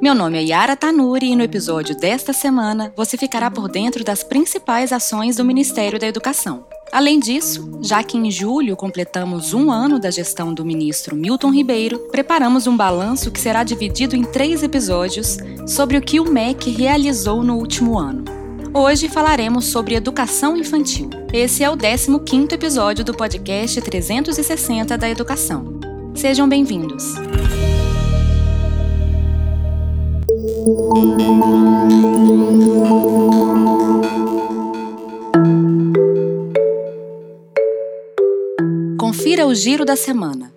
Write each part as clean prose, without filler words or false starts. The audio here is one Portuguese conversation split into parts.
Meu nome é Yara Tanuri e no episódio desta semana você ficará por dentro das principais ações do Ministério da Educação. Além disso, já que em julho completamos 1 ano da gestão do ministro Milton Ribeiro, preparamos um balanço que será dividido em 3 episódios sobre o que o MEC realizou no último ano. Hoje falaremos sobre educação infantil. Esse é o 15º episódio do podcast 360 da Educação. Sejam bem-vindos! Confira o giro da semana.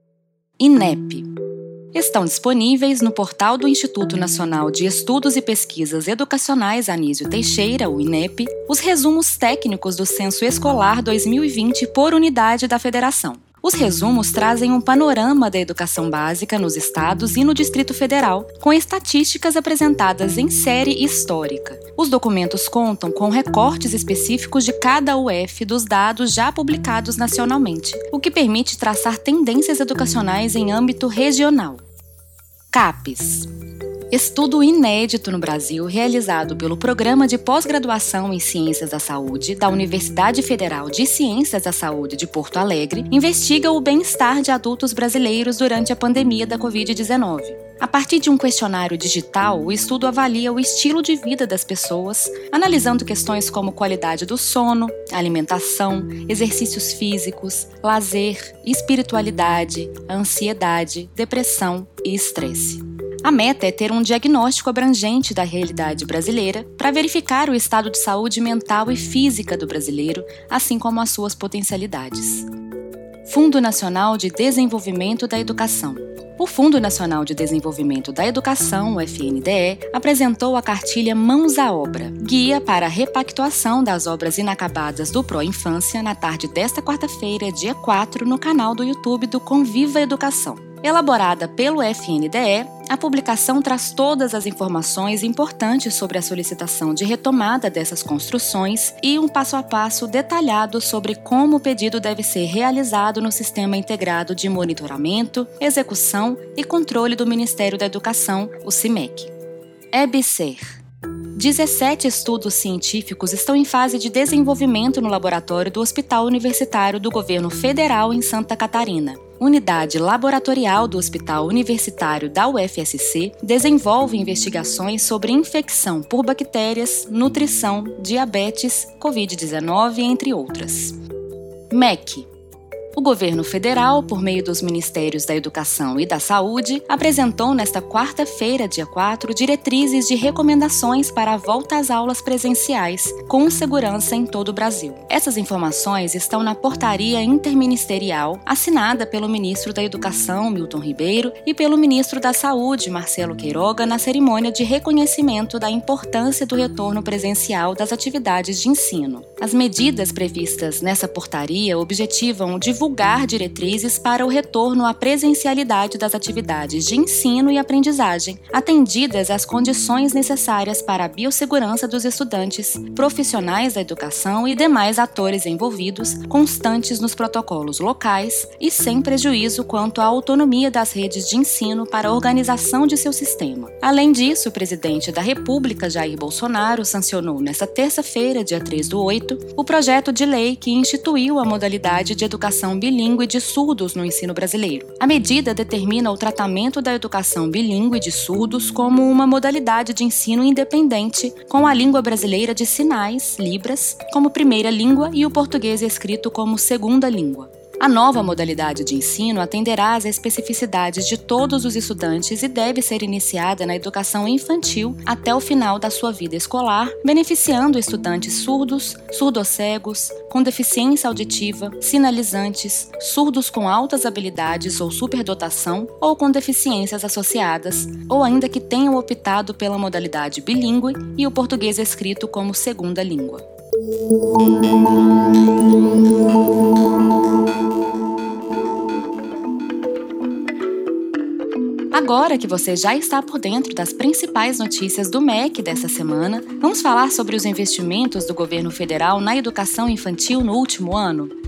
INEP. Estão disponíveis no portal do Instituto Nacional de Estudos e Pesquisas Educacionais Anísio Teixeira, o INEP, os resumos técnicos do Censo Escolar 2020 por unidade da Federação. Os resumos trazem um panorama da educação básica nos estados e no Distrito Federal, com estatísticas apresentadas em série histórica. Os documentos contam com recortes específicos de cada UF dos dados já publicados nacionalmente, o que permite traçar tendências educacionais em âmbito regional. CAPES. Estudo inédito no Brasil realizado pelo Programa de Pós-Graduação em Ciências da Saúde da Universidade Federal de Ciências da Saúde de Porto Alegre investiga o bem-estar de adultos brasileiros durante a pandemia da Covid-19. A partir de um questionário digital, o estudo avalia o estilo de vida das pessoas, analisando questões como qualidade do sono, alimentação, exercícios físicos, lazer, espiritualidade, ansiedade, depressão e estresse. A meta é ter um diagnóstico abrangente da realidade brasileira para verificar o estado de saúde mental e física do brasileiro, assim como as suas potencialidades. Fundo Nacional de Desenvolvimento da Educação. O Fundo Nacional de Desenvolvimento da Educação, o FNDE, apresentou a cartilha Mãos à Obra, guia para a repactuação das obras inacabadas do Pró-Infância na tarde desta quarta-feira, dia 4, no canal do YouTube do Conviva Educação. Elaborada pelo FNDE, a publicação traz todas as informações importantes sobre a solicitação de retomada dessas construções e um passo a passo detalhado sobre como o pedido deve ser realizado no Sistema Integrado de Monitoramento, Execução e Controle do Ministério da Educação, o CIMEC. EBSER. 17 estudos científicos estão em fase de desenvolvimento no laboratório do Hospital Universitário do Governo Federal em Santa Catarina. Unidade laboratorial do Hospital Universitário da UFSC desenvolve investigações sobre infecção por bactérias, nutrição, diabetes, Covid-19, entre outras. MEC. O governo federal, por meio dos Ministérios da Educação e da Saúde, apresentou nesta quarta-feira, dia 4, diretrizes de recomendações para a volta às aulas presenciais, com segurança em todo o Brasil. Essas informações estão na portaria interministerial assinada pelo ministro da Educação, Milton Ribeiro, e pelo ministro da Saúde, Marcelo Queiroga, na cerimônia de reconhecimento da importância do retorno presencial das atividades de ensino. As medidas previstas nessa portaria objetivam divulgar diretrizes para o retorno à presencialidade das atividades de ensino e aprendizagem, atendidas às condições necessárias para a biossegurança dos estudantes, profissionais da educação e demais atores envolvidos, constantes nos protocolos locais e sem prejuízo quanto à autonomia das redes de ensino para a organização de seu sistema. Além disso, o presidente da República, Jair Bolsonaro, sancionou nesta terça-feira, dia 3/8, o projeto de lei que instituiu a modalidade de educação bilíngue de surdos no ensino brasileiro. A medida determina o tratamento da educação bilíngue de surdos como uma modalidade de ensino independente, com a língua brasileira de sinais, Libras, como primeira língua e o português escrito como segunda língua. A nova modalidade de ensino atenderá às especificidades de todos os estudantes e deve ser iniciada na educação infantil até o final da sua vida escolar, beneficiando estudantes surdos, surdocegos, com deficiência auditiva, sinalizantes, surdos com altas habilidades ou superdotação ou com deficiências associadas, ou ainda que tenham optado pela modalidade bilíngue e o português escrito como segunda língua. Agora que você já está por dentro das principais notícias do MEC dessa semana, vamos falar sobre os investimentos do governo federal na educação infantil no último ano?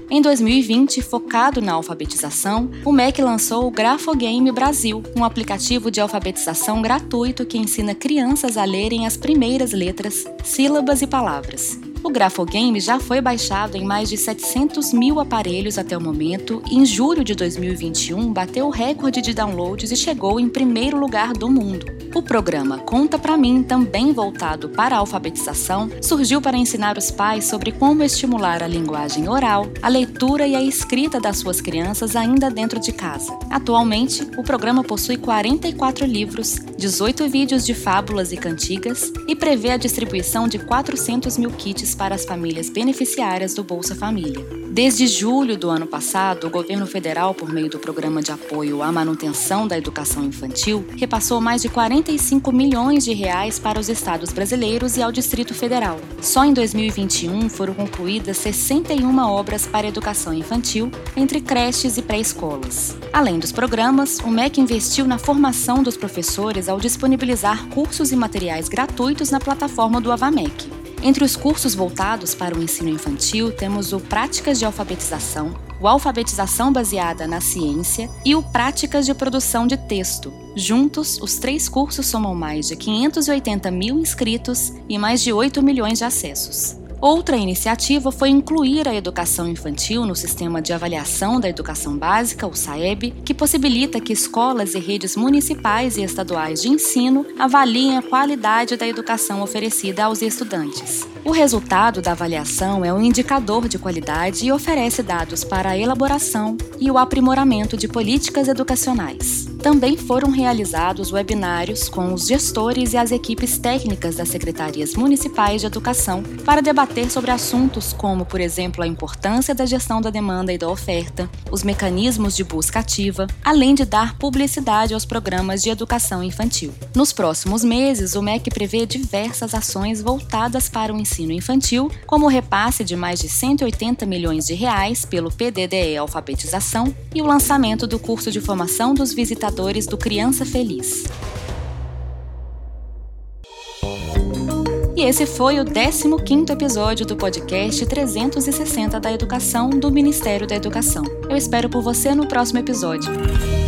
Em 2020, focado na alfabetização, o MEC lançou o Grafogame Brasil, um aplicativo de alfabetização gratuito que ensina crianças a lerem as primeiras letras, sílabas e palavras. O Grafogame já foi baixado em mais de 700 mil aparelhos até o momento e em julho de 2021 bateu o recorde de downloads e chegou em primeiro lugar do mundo. O programa Conta Pra Mim, também voltado para a alfabetização, surgiu para ensinar os pais sobre como estimular a linguagem oral, a leitura e a escrita das suas crianças ainda dentro de casa. Atualmente, o programa possui 44 livros, 18 vídeos de fábulas e cantigas e prevê a distribuição de 400 mil kits para as famílias beneficiárias do Bolsa Família. Desde julho do ano passado, o governo federal, por meio do Programa de Apoio à Manutenção da Educação Infantil, repassou mais de 45 milhões de reais para os estados brasileiros e ao Distrito Federal. Só em 2021 foram concluídas 61 obras para a educação infantil, entre creches e pré-escolas. Além dos programas, o MEC investiu na formação dos professores ao disponibilizar cursos e materiais gratuitos na plataforma do Avamec. Entre os cursos voltados para o ensino infantil, temos o Práticas de Alfabetização, o Alfabetização Baseada na Ciência e o Práticas de Produção de Texto. Juntos, os 3 cursos somam mais de 580 mil inscritos e mais de 8 milhões de acessos. Outra iniciativa foi incluir a educação infantil no Sistema de Avaliação da Educação Básica, o SAEB, que possibilita que escolas e redes municipais e estaduais de ensino avaliem a qualidade da educação oferecida aos estudantes. O resultado da avaliação é um indicador de qualidade e oferece dados para a elaboração e o aprimoramento de políticas educacionais. Também foram realizados webinários com os gestores e as equipes técnicas das secretarias municipais de educação para debater sobre assuntos como, por exemplo, a importância da gestão da demanda e da oferta, os mecanismos de busca ativa, além de dar publicidade aos programas de educação infantil. Nos próximos meses, o MEC prevê diversas ações voltadas para o ensino infantil, como o repasse de mais de 180 milhões de reais pelo PDDE Alfabetização e o lançamento do curso de formação dos visitadores do Criança Feliz. E esse foi o 15º episódio do podcast 360 da Educação do Ministério da Educação. Eu espero por você no próximo episódio.